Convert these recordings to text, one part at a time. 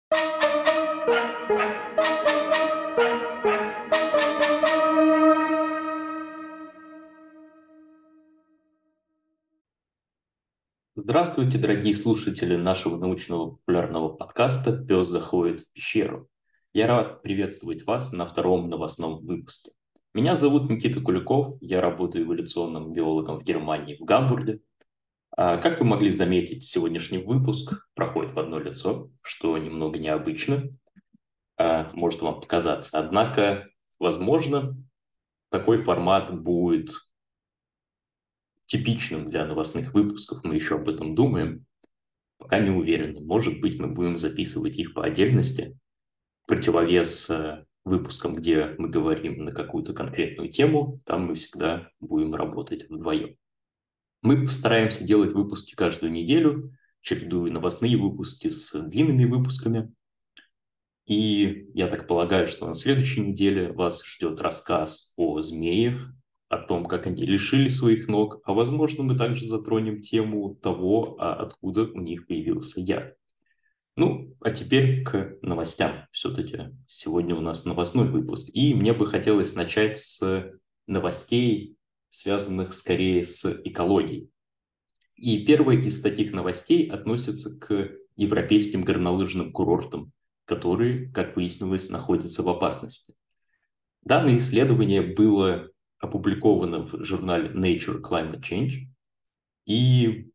Здравствуйте, дорогие слушатели нашего научного популярного подкаста «Пес заходит в пещеру». Я рад приветствовать вас на втором новостном выпуске. Меня зовут Никита Куликов, я работаю эволюционным биологом в Германии, в Гамбурге. Как вы могли заметить, сегодняшний выпуск проходит в одно лицо, что немного необычно, может вам показаться. Однако, возможно, такой формат будет типичным для новостных выпусков, мы еще об этом думаем. Пока не уверены. Может быть, мы будем записывать их по отдельности, в противовес выпускам, где мы говорим на какую-то конкретную тему, там мы всегда будем работать вдвоем. Мы постараемся делать выпуски каждую неделю, чередуя новостные выпуски с длинными выпусками. И я так полагаю, что на следующей неделе вас ждет рассказ о змеях, о том, как они лишили своих ног, а возможно, мы также затронем тему того, откуда у них появился яд. Ну, а теперь к новостям. Все-таки сегодня у нас новостной выпуск. И мне бы хотелось начать с новостей, связанных скорее с экологией. И первая из таких новостей относится к европейским горнолыжным курортам, которые, как выяснилось, находятся в опасности. Данное исследование было опубликовано в журнале Nature Climate Change. И,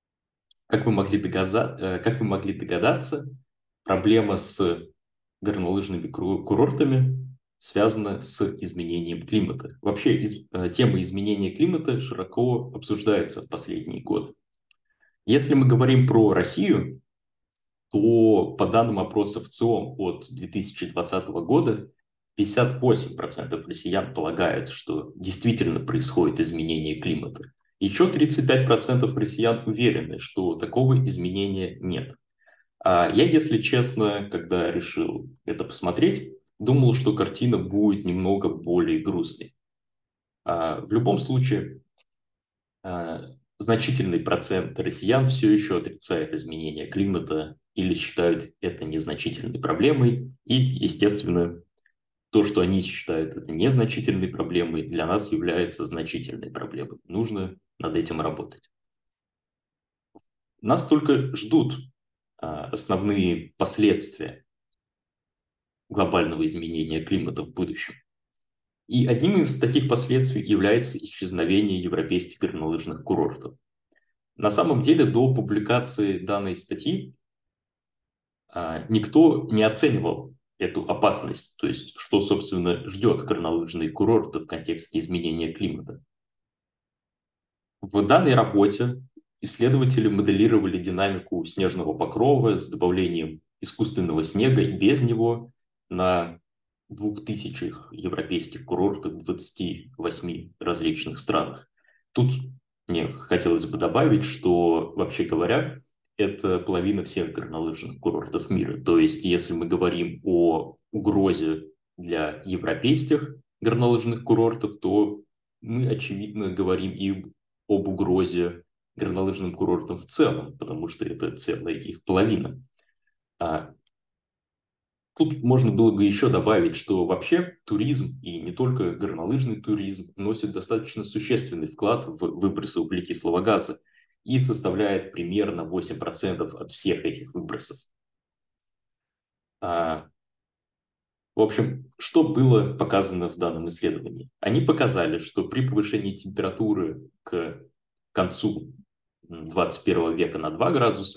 как вы могли догадаться, проблема с горнолыжными курортами связана с изменением климата. Вообще, тема изменения климата широко обсуждается в последние годы. Если мы говорим про Россию, то по данным опросов ЦИОМ от 2020 года 58% россиян полагают, что действительно происходит изменение климата. Еще 35% россиян уверены, что такого изменения нет. Я, если честно, когда решил это посмотреть, думал, что картина будет немного более грустной. В любом случае, значительный процент россиян все еще отрицает изменение климата или считают это незначительной проблемой. И, естественно, то, что они считают это незначительной проблемой, для нас является значительной проблемой. Нужно над этим работать. Нас только ждут основные последствия глобального изменения климата в будущем. И одним из таких последствий является исчезновение европейских горнолыжных курортов. На самом деле, до публикации данной статьи никто не оценивал эту опасность, то есть что, собственно, ждет горнолыжные курорты в контексте изменения климата. В данной работе исследователи моделировали динамику снежного покрова с добавлением искусственного снега и без него на 2000 европейских курортах в 28 различных странах. Тут мне хотелось бы добавить, что, вообще говоря, это половина всех горнолыжных курортов мира. То есть, если мы говорим о угрозе для европейских горнолыжных курортов, то мы, очевидно, говорим и об угрозе горнолыжным курортам в целом, потому что это целая их половина. Тут можно было бы еще добавить, что вообще туризм, и не только горнолыжный туризм, вносит достаточно существенный вклад в выбросы углекислого газа и составляет примерно 8% от всех этих выбросов. В общем, что было показано в данном исследовании? Они показали, что при повышении температуры к концу 21 века на 2 градуса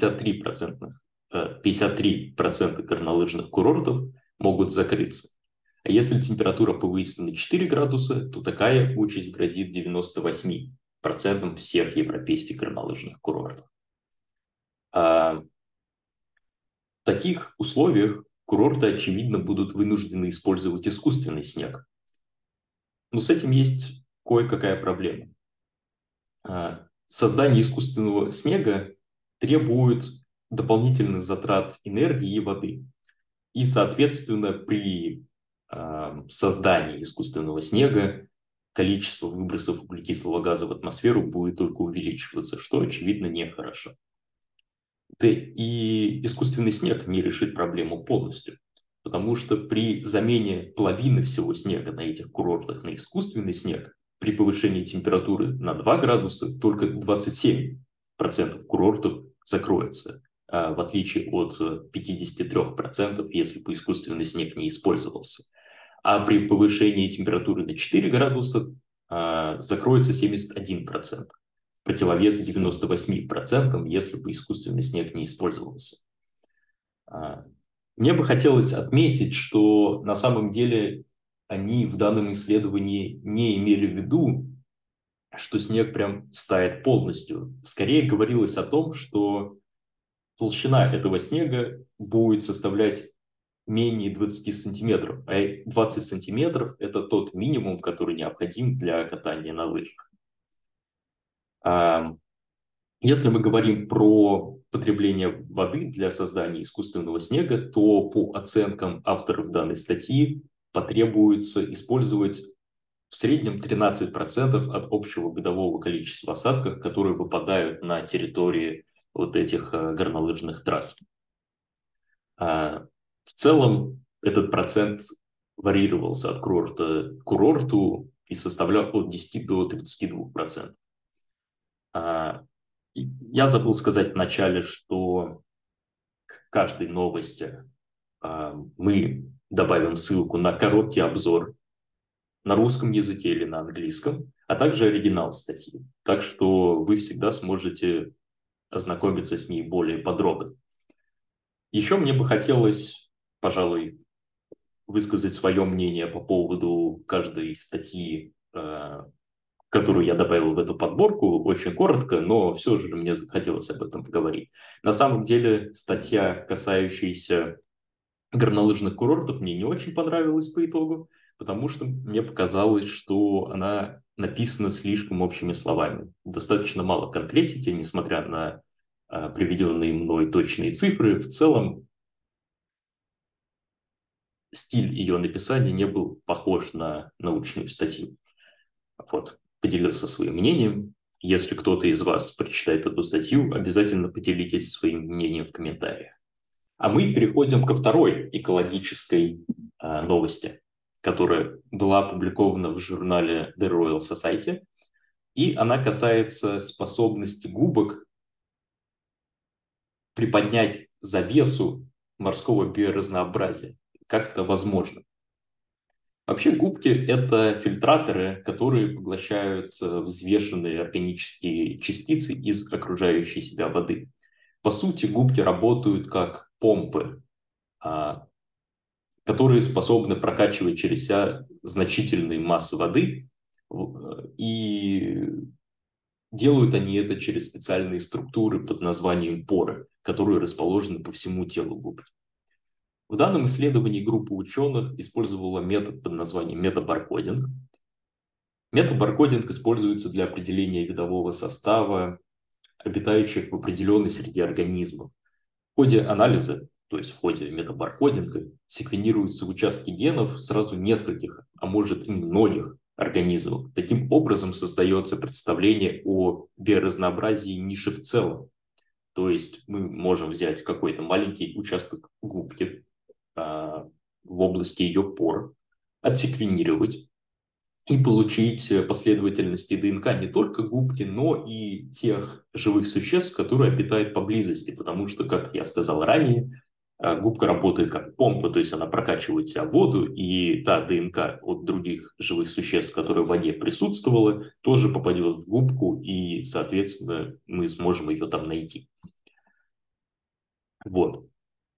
53% горнолыжных курортов могут закрыться. А если температура повысится на 4 градуса, то такая участь грозит 98% всех европейских горнолыжных курортов. В таких условиях курорты, очевидно, будут вынуждены использовать искусственный снег. Но с этим есть кое-какая проблема. Создание искусственного снега требует дополнительных затрат энергии и воды. И, соответственно, при создании искусственного снега количество выбросов углекислого газа в атмосферу будет только увеличиваться, что, очевидно, нехорошо. Да и искусственный снег не решит проблему полностью, потому что при замене половины всего снега на этих курортах на искусственный снег, при повышении температуры на 2 градуса только 27% курортов закроется, в отличие от 53%, если бы искусственный снег не использовался. А при повышении температуры на 4 градуса закроется 71%, противовес 98%, если бы искусственный снег не использовался. Мне бы хотелось отметить, что на самом деле они в данном исследовании не имели в виду, что снег прям стает полностью. Скорее говорилось о том, что толщина этого снега будет составлять менее 20 сантиметров, а 20 сантиметров – это тот минимум, который необходим для катания на лыжах. Если мы говорим про потребление воды для создания искусственного снега, то по оценкам авторов данной статьи потребуется использовать в среднем 13% от общего годового количества осадков, которые выпадают на территории вот этих горнолыжных трасс. В целом этот процент варьировался от курорта к курорту и составлял от 10 до 32%. Я забыл сказать в начале, что к каждой новости мы добавим ссылку на короткий обзор на русском языке или на английском, а также оригинал статьи. Так что вы всегда сможете ознакомиться с ней более подробно. Еще мне бы хотелось, пожалуй, высказать свое мнение по поводу каждой статьи, которую я добавил в эту подборку, очень коротко, но все же мне захотелось об этом поговорить. На самом деле, статья, касающаяся горнолыжных курортов, мне не очень понравилась по итогу, потому что мне показалось, что она написана слишком общими словами. Достаточно мало конкретики, несмотря на приведенные мной точные цифры. В целом, стиль ее написания не был похож на научную статью. Вот, поделился своим мнением. Если кто-то из вас прочитает эту статью, обязательно поделитесь своим мнением в комментариях. А мы переходим ко второй экологической новости, которая была опубликована в журнале The Royal Society, и она касается способности губок приподнять завесу морского биоразнообразия. Как это возможно? Вообще губки – это фильтраторы, которые поглощают взвешенные органические частицы из окружающей себя воды. По сути, губки работают как помпы, которые способны прокачивать через себя значительные массы воды, и делают они это через специальные структуры под названием поры, которые расположены по всему телу губки. В данном исследовании группа ученых использовала метод под названием метабаркодинг. Метабаркодинг используется для определения видового состава обитающих в определенной среде организмов. В ходе анализа, то есть в ходе метабаркодинга, секвенируются участки генов сразу нескольких, а может и многих организмов. Таким образом создается представление о биоразнообразии ниши в целом. То есть мы можем взять какой-то маленький участок губки в области ее пор, отсеквенировать и получить последовательности ДНК не только губки, но и тех живых существ, которые обитают поблизости. Потому что, как я сказал ранее, губка работает как помпа, то есть она прокачивает в себя воду, и та ДНК от других живых существ, которые в воде присутствовала, тоже попадет в губку, и, соответственно, мы сможем ее там найти. Вот.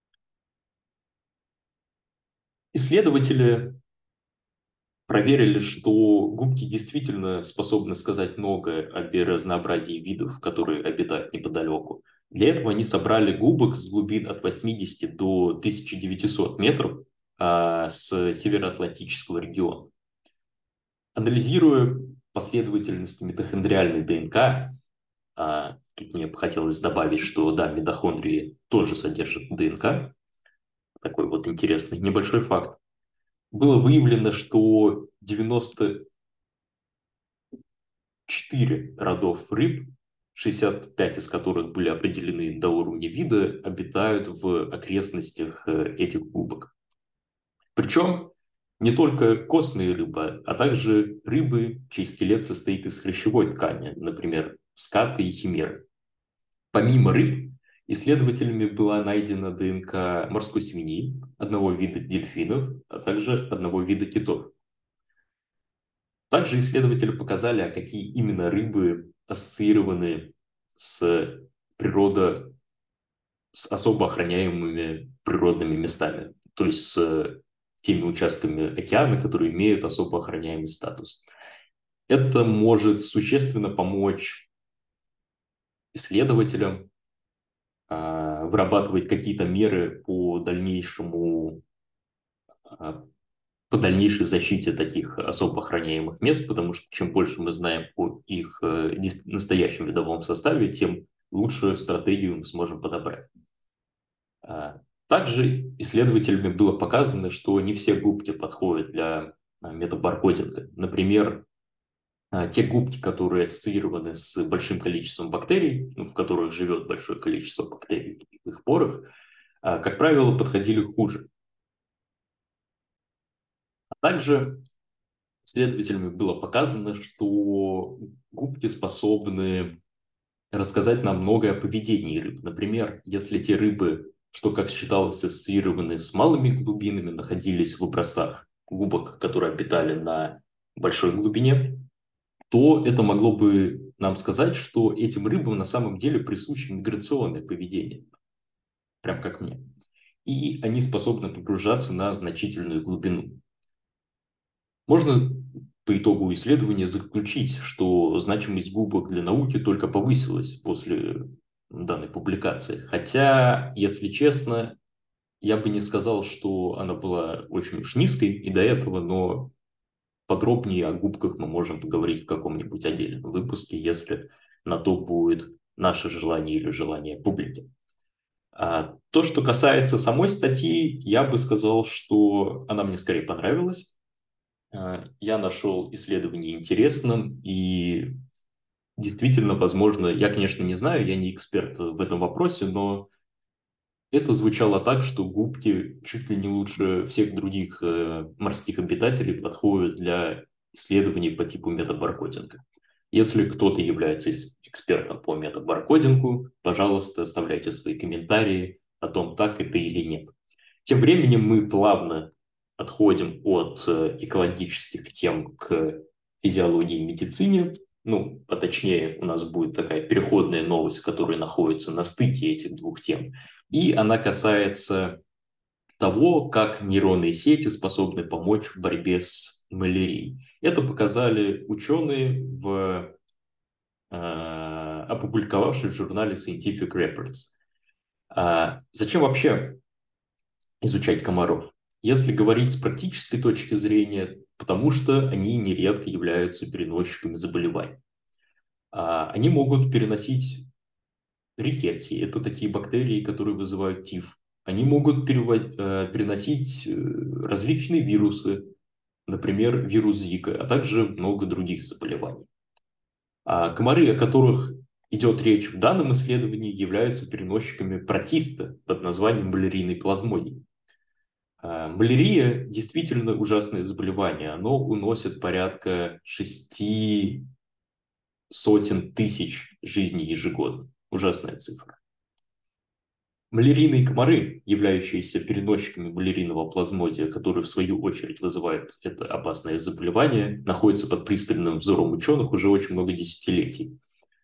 Исследователи проверили, что губки действительно способны сказать многое о биоразнообразии видов, которые обитают неподалеку. Для этого они собрали губок с глубин от 80 до 1900 метров с североатлантического региона. Анализируя последовательность митохондриальной ДНК, тут мне бы хотелось добавить, что да, митохондрии тоже содержат ДНК. Такой вот интересный небольшой факт. Было выявлено, что 94 родов рыб 65 из которых были определены до уровня вида, обитают в окрестностях этих губок. Причем не только костные рыбы, а также рыбы, чей скелет состоит из хрящевой ткани, например, скаты и химеры. Помимо рыб, исследователями была найдена ДНК морской свиньи, одного вида дельфинов, а также одного вида китов. Также исследователи показали, а какие именно рыбы ассоциированы с природой, с особо охраняемыми природными местами, то есть с теми участками океана, которые имеют особо охраняемый статус. Это может существенно помочь исследователям вырабатывать какие-то меры по дальнейшей защите таких особо охраняемых мест, потому что чем больше мы знаем о их настоящем видовом составе, тем лучше стратегию мы сможем подобрать. Также исследователями было показано, что не все губки подходят для метабаркодинга. Например, те губки, которые ассоциированы с большим количеством бактерий, в которых живет большое количество бактерий в их порах, как правило, подходили хуже. А также исследователями было показано, что губки способны рассказать нам многое о поведении рыб. Например, если те рыбы, что, как считалось, ассоциированы с малыми глубинами, находились в образцах губок, которые обитали на большой глубине, то это могло бы нам сказать, что этим рыбам на самом деле присуще миграционное поведение, прям как мне. И они способны погружаться на значительную глубину. Можно по итогу исследования заключить, что значимость губок для науки только повысилась после данной публикации. Хотя, если честно, я бы не сказал, что она была очень уж низкой и до этого, но подробнее о губках мы можем поговорить в каком-нибудь отдельном выпуске, если на то будет наше желание или желание публики. А то, что касается самой статьи, я бы сказал, что она мне скорее понравилась. Я нашел исследование интересным и действительно, возможно, я, конечно, не знаю, я не эксперт в этом вопросе, но это звучало так, что губки чуть ли не лучше всех других морских обитателей подходят для исследований по типу метабаркодинга. Если кто-то является экспертом по метабаркодингу, пожалуйста, оставляйте свои комментарии о том, так это или нет. Тем временем мы плавно отходим от экологических тем к физиологии и медицине. Ну, а точнее, у нас будет такая переходная новость, которая находится на стыке этих двух тем. И она касается того, как нейронные сети способны помочь в борьбе с малярией. Это показали ученые, опубликовавшие в журнале Scientific Reports. Зачем вообще изучать комаров? Если говорить с практической точки зрения, потому что они нередко являются переносчиками заболеваний. Они могут переносить рикетти, это такие бактерии, которые вызывают тиф. Они могут переносить различные вирусы, например, вирус Зика, а также много других заболеваний. Комары, о которых идет речь в данном исследовании, являются переносчиками протиста под названием малярийной плазмодий. Малярия действительно ужасное заболевание. Оно уносит порядка 600 тысяч жизней ежегодно. Ужасная цифра. Малярийные комары, являющиеся переносчиками малярийного плазмодия, которые в свою очередь вызывают это опасное заболевание, находятся под пристальным взором ученых уже очень много десятилетий.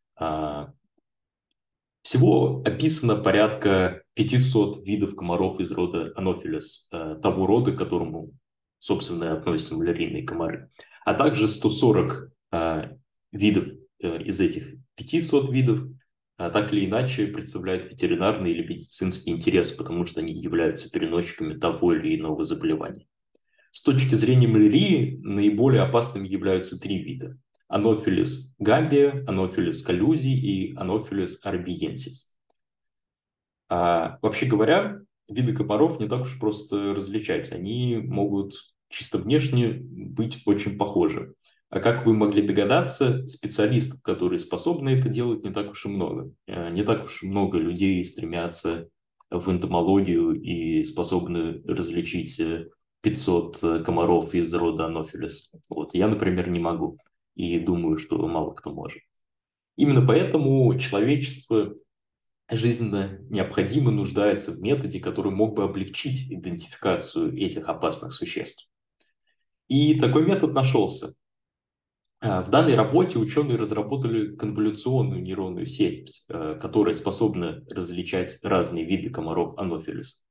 Всего описано порядка 500 видов комаров из рода Anopheles, того рода, к которому, собственно, относятся малярийные комары, а также 140 видов из этих 500 видов так или иначе представляют ветеринарный или медицинский интерес, потому что они являются переносчиками того или иного заболевания. С точки зрения малярии наиболее опасными являются три вида: Anopheles gambia, Anopheles collusi и Anopheles arbiensis. Вообще говоря, виды комаров не так уж просто различать. Они могут чисто внешне быть очень похожи. А как вы могли догадаться, специалистов, которые способны это делать, не так уж и много. Не так уж и много людей стремятся в энтомологию и способны различить 500 комаров из рода Анофилес. Вот. Я, например, не могу. И думаю, что мало кто может. Именно поэтому человечество жизненно необходимо нуждается в методе, который мог бы облегчить идентификацию этих опасных существ. И такой метод нашелся. В данной работе ученые разработали конволюционную нейронную сеть, которая способна различать разные виды комаров Анофилис.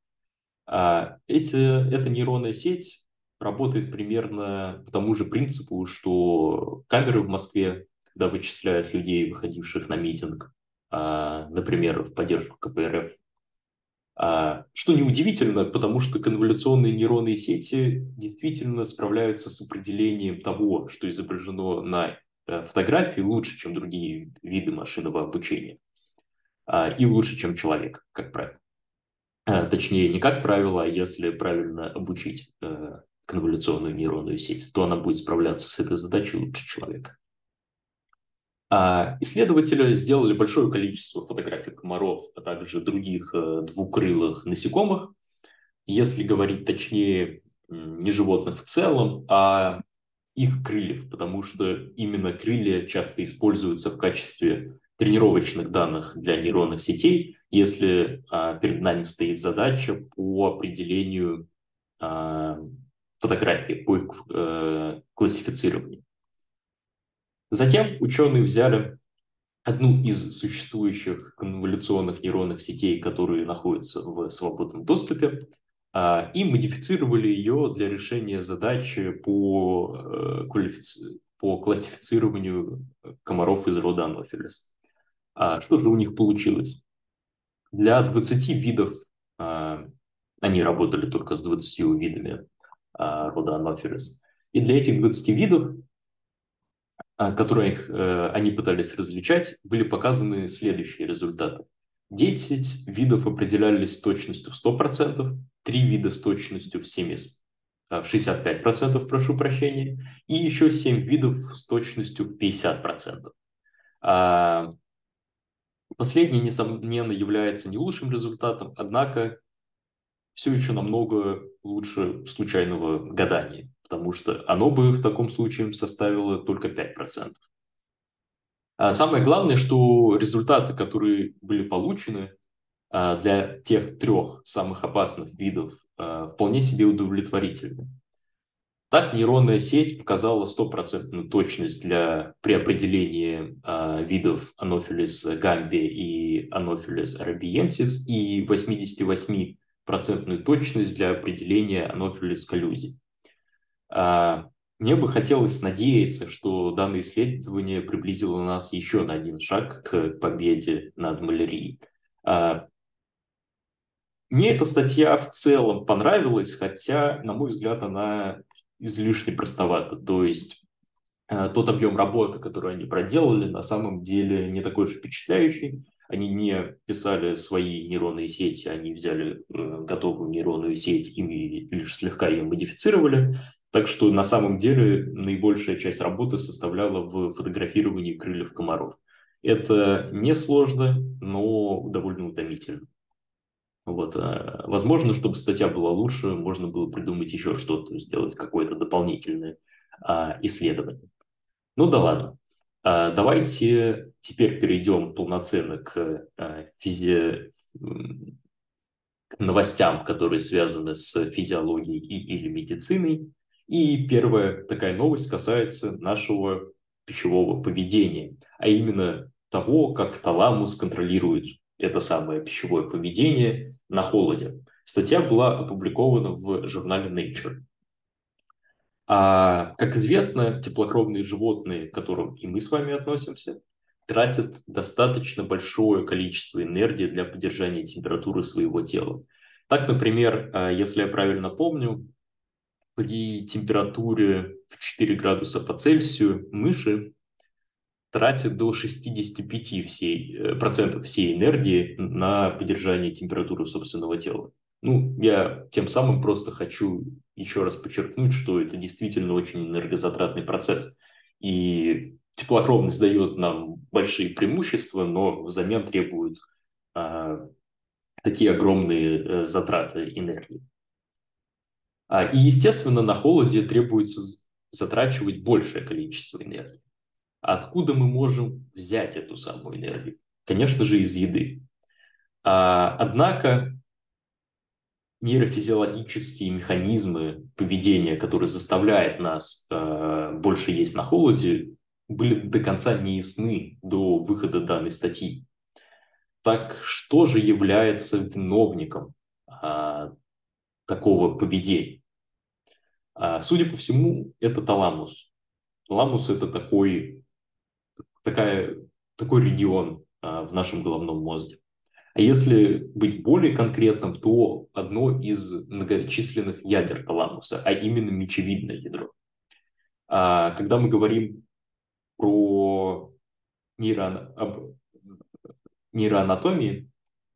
Эта нейронная сеть работает примерно по тому же принципу, что камеры в Москве, когда вычисляют людей, выходивших на митинг, например, в поддержку КПРФ, что неудивительно, потому что конволюционные нейронные сети действительно справляются с определением того, что изображено на фотографии лучше, чем другие виды машинного обучения, и лучше, чем человек, как правило. Точнее, не как правило, а если правильно обучить конволюционную нейронную сеть, то она будет справляться с этой задачей лучше человека. Исследователи сделали большое количество фотографий комаров, а также других двукрылых насекомых. Если говорить точнее, не животных в целом, а их крыльев, потому что именно крылья часто используются в качестве тренировочных данных для нейронных сетей, если перед нами стоит задача по определению фотографий, по их классифицированию. Затем ученые взяли одну из существующих конволюционных нейронных сетей, которые находятся в свободном доступе, и модифицировали ее для решения задачи по классифицированию комаров из рода Анофилес. Что же у них получилось? Для 20 видов, они работали только с 20 видами рода Анофилес, и для этих 20 видов, которые они пытались различать, были показаны следующие результаты. 10 видов определялись с точностью в 100%, 3 вида с точностью в 65%, прошу прощения, и еще 7 видов с точностью в 50%. Последний, несомненно, является не лучшим результатом, однако все еще намного лучше случайного гадания, потому что оно бы в таком случае составило только 5%. Самое главное, что результаты, которые были получены для тех 3 самых опасных видов, вполне себе удовлетворительны. Так, нейронная сеть показала 100% точность при определении видов Anopheles gambiae и Anopheles arabiensis и 88% точность для определения Anopheles collusi. Мне бы хотелось надеяться, что данное исследование приблизило нас еще на один шаг к победе над малярией. Мне эта статья в целом понравилась, хотя, на мой взгляд, она излишне простовата. То есть тот объем работы, который они проделали, на самом деле не такой уж впечатляющий. Они не писали свои нейронные сети, они взяли готовую нейронную сеть и лишь слегка ее модифицировали. Так что на самом деле наибольшая часть работы составляла в фотографировании крыльев комаров. Это несложно, но довольно утомительно. Вот. Возможно, чтобы статья была лучше, можно было придумать еще что-то, сделать какое-то дополнительное исследование. Ну да ладно. Давайте теперь перейдем полноценно к новостям, которые связаны с физиологией или медициной. И первая такая новость касается нашего пищевого поведения, а именно того, как таламус контролирует это самое пищевое поведение на холоде. Статья была опубликована в журнале Nature. Как известно, теплокровные животные, к которым и мы с вами относимся, тратят достаточно большое количество энергии для поддержания температуры своего тела. Так, например, если я правильно помню, при температуре в 4 градуса по Цельсию мыши тратят до 65% всей энергии на поддержание температуры собственного тела. Ну, я тем самым просто хочу еще раз подчеркнуть, что это действительно очень энергозатратный процесс. И теплокровность дает нам большие преимущества, но взамен требует а, такие огромные затраты энергии. И, естественно, на холоде требуется затрачивать большее количество энергии. Откуда мы можем взять эту самую энергию? Конечно же, из еды. Однако нейрофизиологические механизмы поведения, которые заставляют нас больше есть на холоде, были до конца не ясны до выхода данной статьи. Так что же является виновником такого поведения? Судя по всему, это таламус. Таламус – это такой регион в нашем головном мозге. А если быть более конкретным, то одно из многочисленных ядер таламуса, а именно мечевидное ядро. Когда мы говорим про нейроанатомии,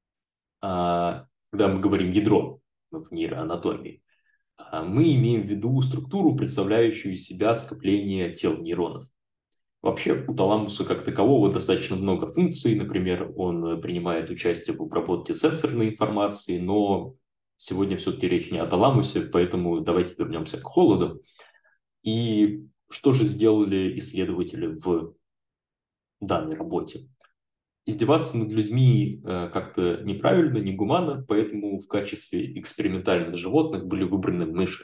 когда мы говорим ядро в нейроанатомии, мы имеем в виду структуру, представляющую из себя скопление тел нейронов. Вообще у таламуса как такового достаточно много функций. Например, он принимает участие в обработке сенсорной информации, но сегодня все-таки речь не о таламусе, поэтому давайте вернемся к холоду. И что же сделали исследователи в данной работе? Издеваться над людьми как-то неправильно, негуманно, поэтому в качестве экспериментальных животных были выбраны мыши.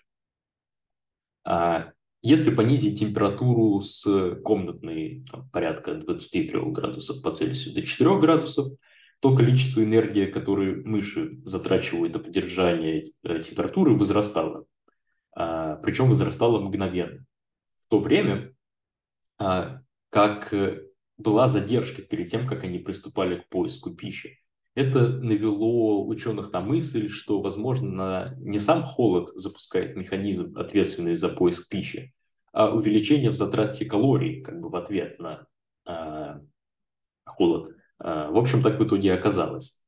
Если понизить температуру с комнатной порядка 23 градусов по Цельсию до 4 градусов, то количество энергии, которую мыши затрачивают на поддержание температуры, возрастало. Причем возрастало мгновенно. В то время, как была задержка перед тем, как они приступали к поиску пищи. Это навело ученых на мысль, что, возможно, не сам холод запускает механизм, ответственный за поиск пищи, а увеличение в затрате калорий как бы в ответ на холод. В общем, так в итоге и оказалось.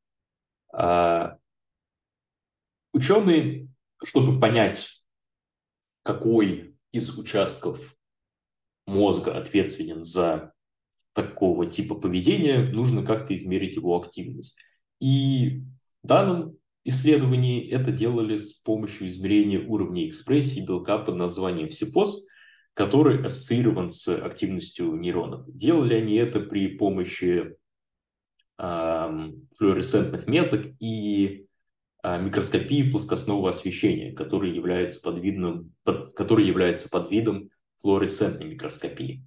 Ученые, чтобы понять, какой из участков мозга ответственен за такого типа поведения, нужно как-то измерить его активность. И в данном исследовании это делали с помощью измерения уровня экспрессии белка под названием СИФОС, который ассоциирован с активностью нейронов. Делали они это при помощи флуоресцентных меток и микроскопии плоскостного освещения, который является под видом флуоресцентной микроскопии.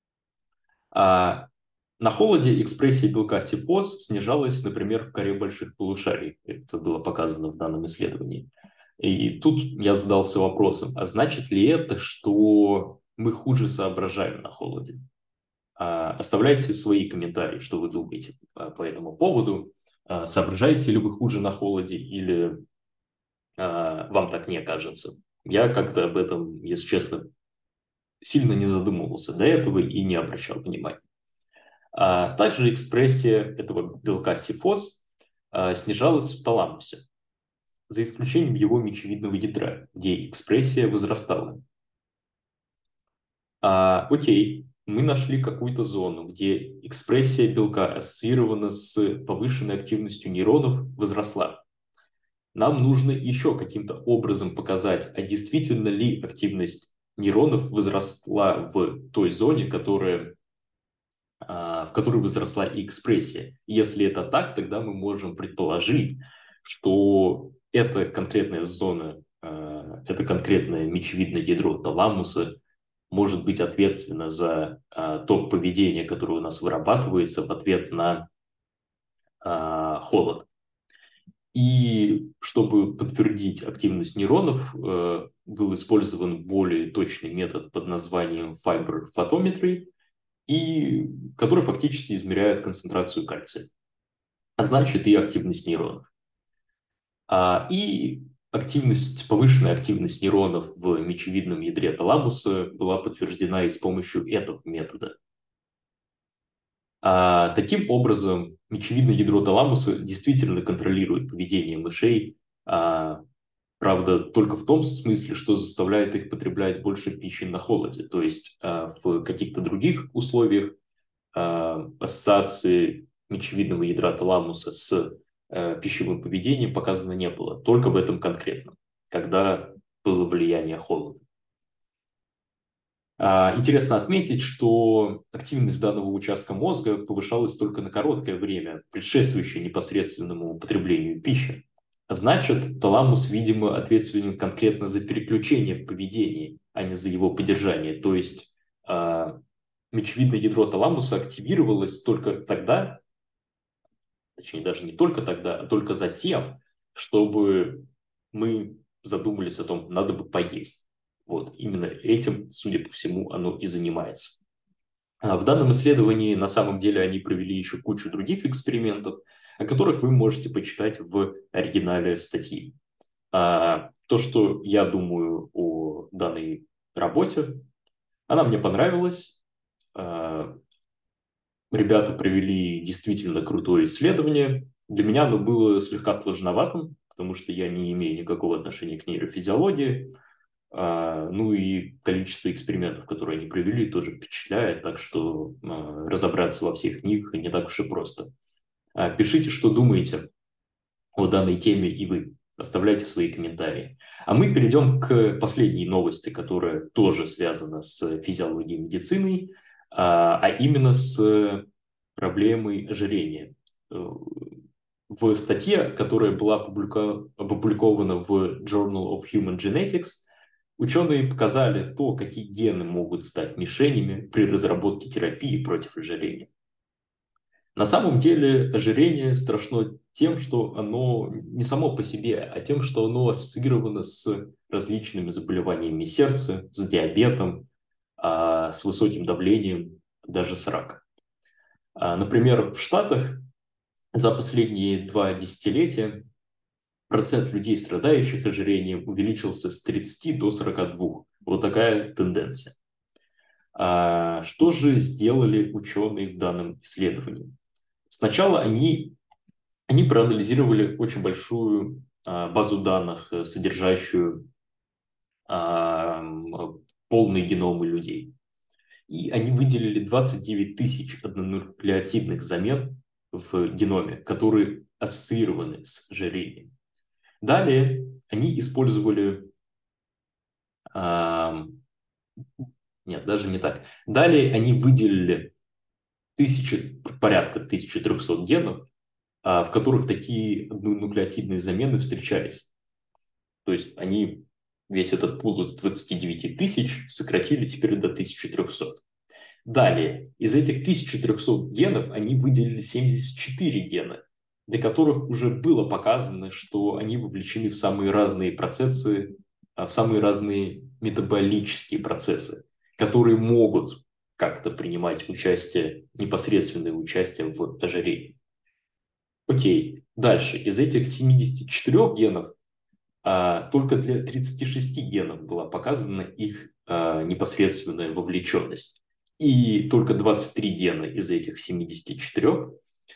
На холоде экспрессия белка СИФОС снижалась, например, в коре больших полушарий. Это было показано в данном исследовании. И тут я задался вопросом, а значит ли это, что мы хуже соображаем на холоде? Оставляйте свои комментарии, что вы думаете по этому поводу. Соображаете ли вы хуже на холоде или вам так не кажется? Я как-то об этом, если честно, сильно не задумывался до этого и не обращал внимания. Также экспрессия этого белка СИФОС снижалась в таламусе, за исключением его мечевидного ядра, где экспрессия возрастала. Окей, мы нашли какую-то зону, где экспрессия белка ассоциирована с повышенной активностью нейронов, возросла. Нам нужно еще каким-то образом показать, а действительно ли активность нейронов возросла в той зоне, в которой возросла и экспрессия. Если это так, тогда мы можем предположить, что эта конкретная зона, это конкретное мечевидное ядро таламуса может быть ответственно за то поведение, которое у нас вырабатывается в ответ на холод. И чтобы подтвердить активность нейронов, был использован более точный метод под названием Fiber Photometry, и который фактически измеряет концентрацию кальция, а значит и активность нейронов. И повышенная активность нейронов в мечевидном ядре таламуса была подтверждена и с помощью этого метода. Таким образом, мечевидное ядро таламуса действительно контролирует поведение мышей, Правда, только в том смысле, что заставляет их потреблять больше пищи на холоде. То есть в каких-то других условиях ассоциации мечевидного ядра таламуса с пищевым поведением показано не было. Только в этом конкретном, когда было влияние холода. Интересно отметить, что активность данного участка мозга повышалась только на короткое время, предшествующее непосредственному употреблению пищи. Значит, таламус, видимо, ответственен конкретно за переключение в поведении, а не за его поддержание. То есть мечевидное ядро таламуса активировалось только тогда, точнее даже не только тогда, а только затем, чтобы мы задумались о том, надо бы поесть. Вот, именно этим, судя по всему, оно и занимается. В данном исследовании на самом деле они провели еще кучу других экспериментов, о которых вы можете почитать в оригинале статьи. То, что я думаю о данной работе, она мне понравилась. Ребята провели действительно крутое исследование. Для меня оно было слегка сложноватым, потому что я не имею никакого отношения к нейрофизиологии. Ну и количество экспериментов, которые они провели, тоже впечатляет, так что разобраться во всех них не так уж и просто. Пишите, что думаете о данной теме и вы. Оставляйте свои комментарии. А мы перейдем к последней новости, которая тоже связана с физиологией и медициной, а именно с проблемой ожирения. В статье, которая была опубликована в Journal of Human Genetics, ученые показали то, какие гены могут стать мишенями при разработке терапии против ожирения. На самом деле ожирение страшно тем, что оно не само по себе, а тем, что оно ассоциировано с различными заболеваниями сердца, с диабетом, с высоким давлением, даже с раком. Например, в Штатах за последние 2 десятилетия процент людей, страдающих ожирением, увеличился с 30 до 42. Вот такая тенденция. Что же сделали ученые в данном исследовании? Сначала они проанализировали очень большую базу данных, содержащую полные геномы людей. И они выделили 29 тысяч однонуклеотидных замен в геноме, которые ассоциированы с ожирением. Далее они использовали... Нет, даже не так. Далее они выделили порядка 1300 генов, в которых такие нуклеотидные замены встречались. То есть они весь этот пул из 29 тысяч сократили теперь до 1300. Далее, из этих 1300 генов они выделили 74 гена, для которых уже было показано, что они вовлечены в самые разные процессы, в самые разные метаболические процессы, которые могут как-то принимать участие, непосредственное участие в ожирении. Окей, дальше. Из этих 74 генов только для 36 генов была показана их непосредственная вовлеченность. И только 23 гена из этих 74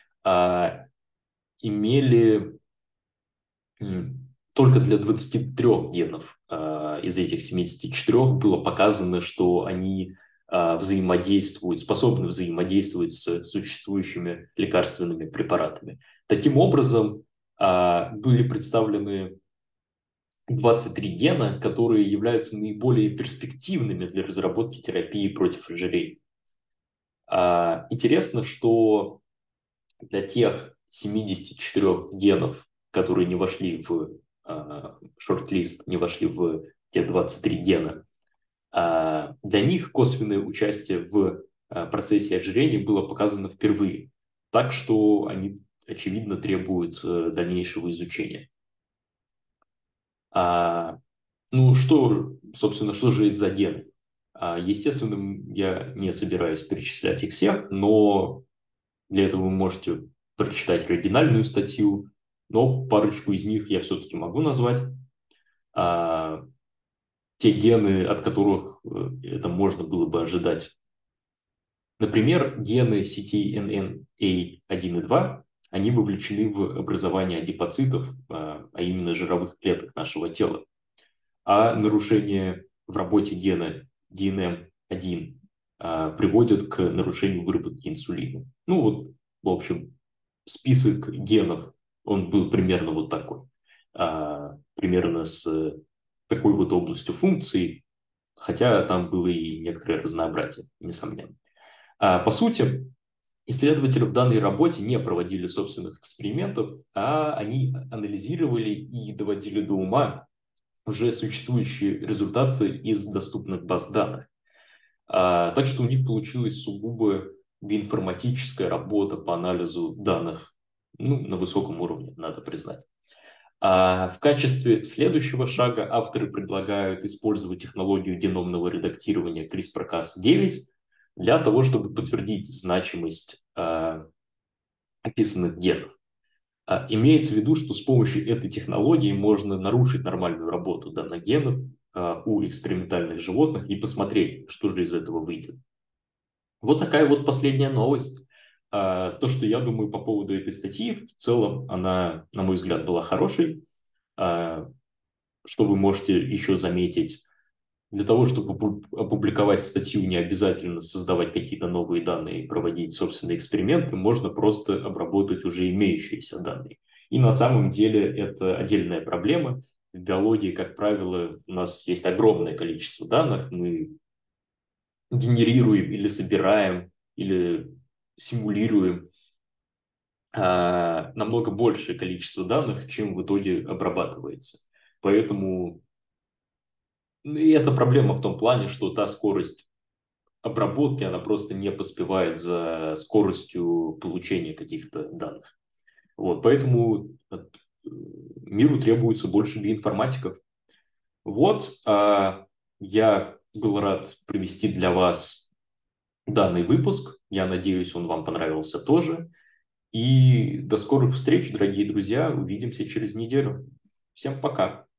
имели... Только для 23 генов из этих 74 было показано, что они способны взаимодействовать с существующими лекарственными препаратами. Таким образом, были представлены 23 гена, которые являются наиболее перспективными для разработки терапии против ожирения. Интересно, что для тех 74 генов, которые не вошли в шорт-лист, не вошли в те 23 гена, для них косвенное участие в процессе ожирения было показано впервые. Так что они, очевидно, требуют дальнейшего изучения. Собственно, что же это за гены? Естественно, я не собираюсь перечислять их всех, но для этого вы можете прочитать оригинальную статью, но парочку из них я все-таки могу назвать. Те гены, от которых это можно было бы ожидать. Например, гены CTNNA1 и 2 они вовлечены в образование адипоцитов, а именно жировых клеток нашего тела. А нарушение в работе гена DNM1 приводит к нарушению выработки инсулина. Ну вот, в общем, список генов, он был примерно вот такой. Примерно с такой вот областью функций, хотя там было и некоторое разнообразие, несомненно. По сути, исследователи в данной работе не проводили собственных экспериментов, а они анализировали и доводили до ума уже существующие результаты из доступных баз данных. Так что у них получилась сугубо биоинформатическая работа по анализу данных, ну, на высоком уровне, надо признать. В качестве следующего шага авторы предлагают использовать технологию геномного редактирования CRISPR-Cas9 для того, чтобы подтвердить значимость описанных генов. Имеется в виду, что с помощью этой технологии можно нарушить нормальную работу данных генов у экспериментальных животных и посмотреть, что же из этого выйдет. Вот такая вот последняя новость. То, что я думаю по поводу этой статьи, в целом она, на мой взгляд, была хорошей. Что вы можете еще заметить? Для того, чтобы опубликовать статью, не обязательно создавать какие-то новые данные и проводить собственные эксперименты, можно просто обработать уже имеющиеся данные. И на самом деле это отдельная проблема. В биологии, как правило, у нас есть огромное количество данных, мы генерируем или собираем, или симулируем намного большее количество данных, чем в итоге обрабатывается. Поэтому и это проблема в том плане, что та скорость обработки, она просто не поспевает за скоростью получения каких-то данных. Вот, поэтому миру требуется больше биоинформатиков. Вот, я был рад провести для вас данный выпуск. Я надеюсь, он вам понравился тоже. И до скорых встреч, дорогие друзья. Увидимся через неделю. Всем пока.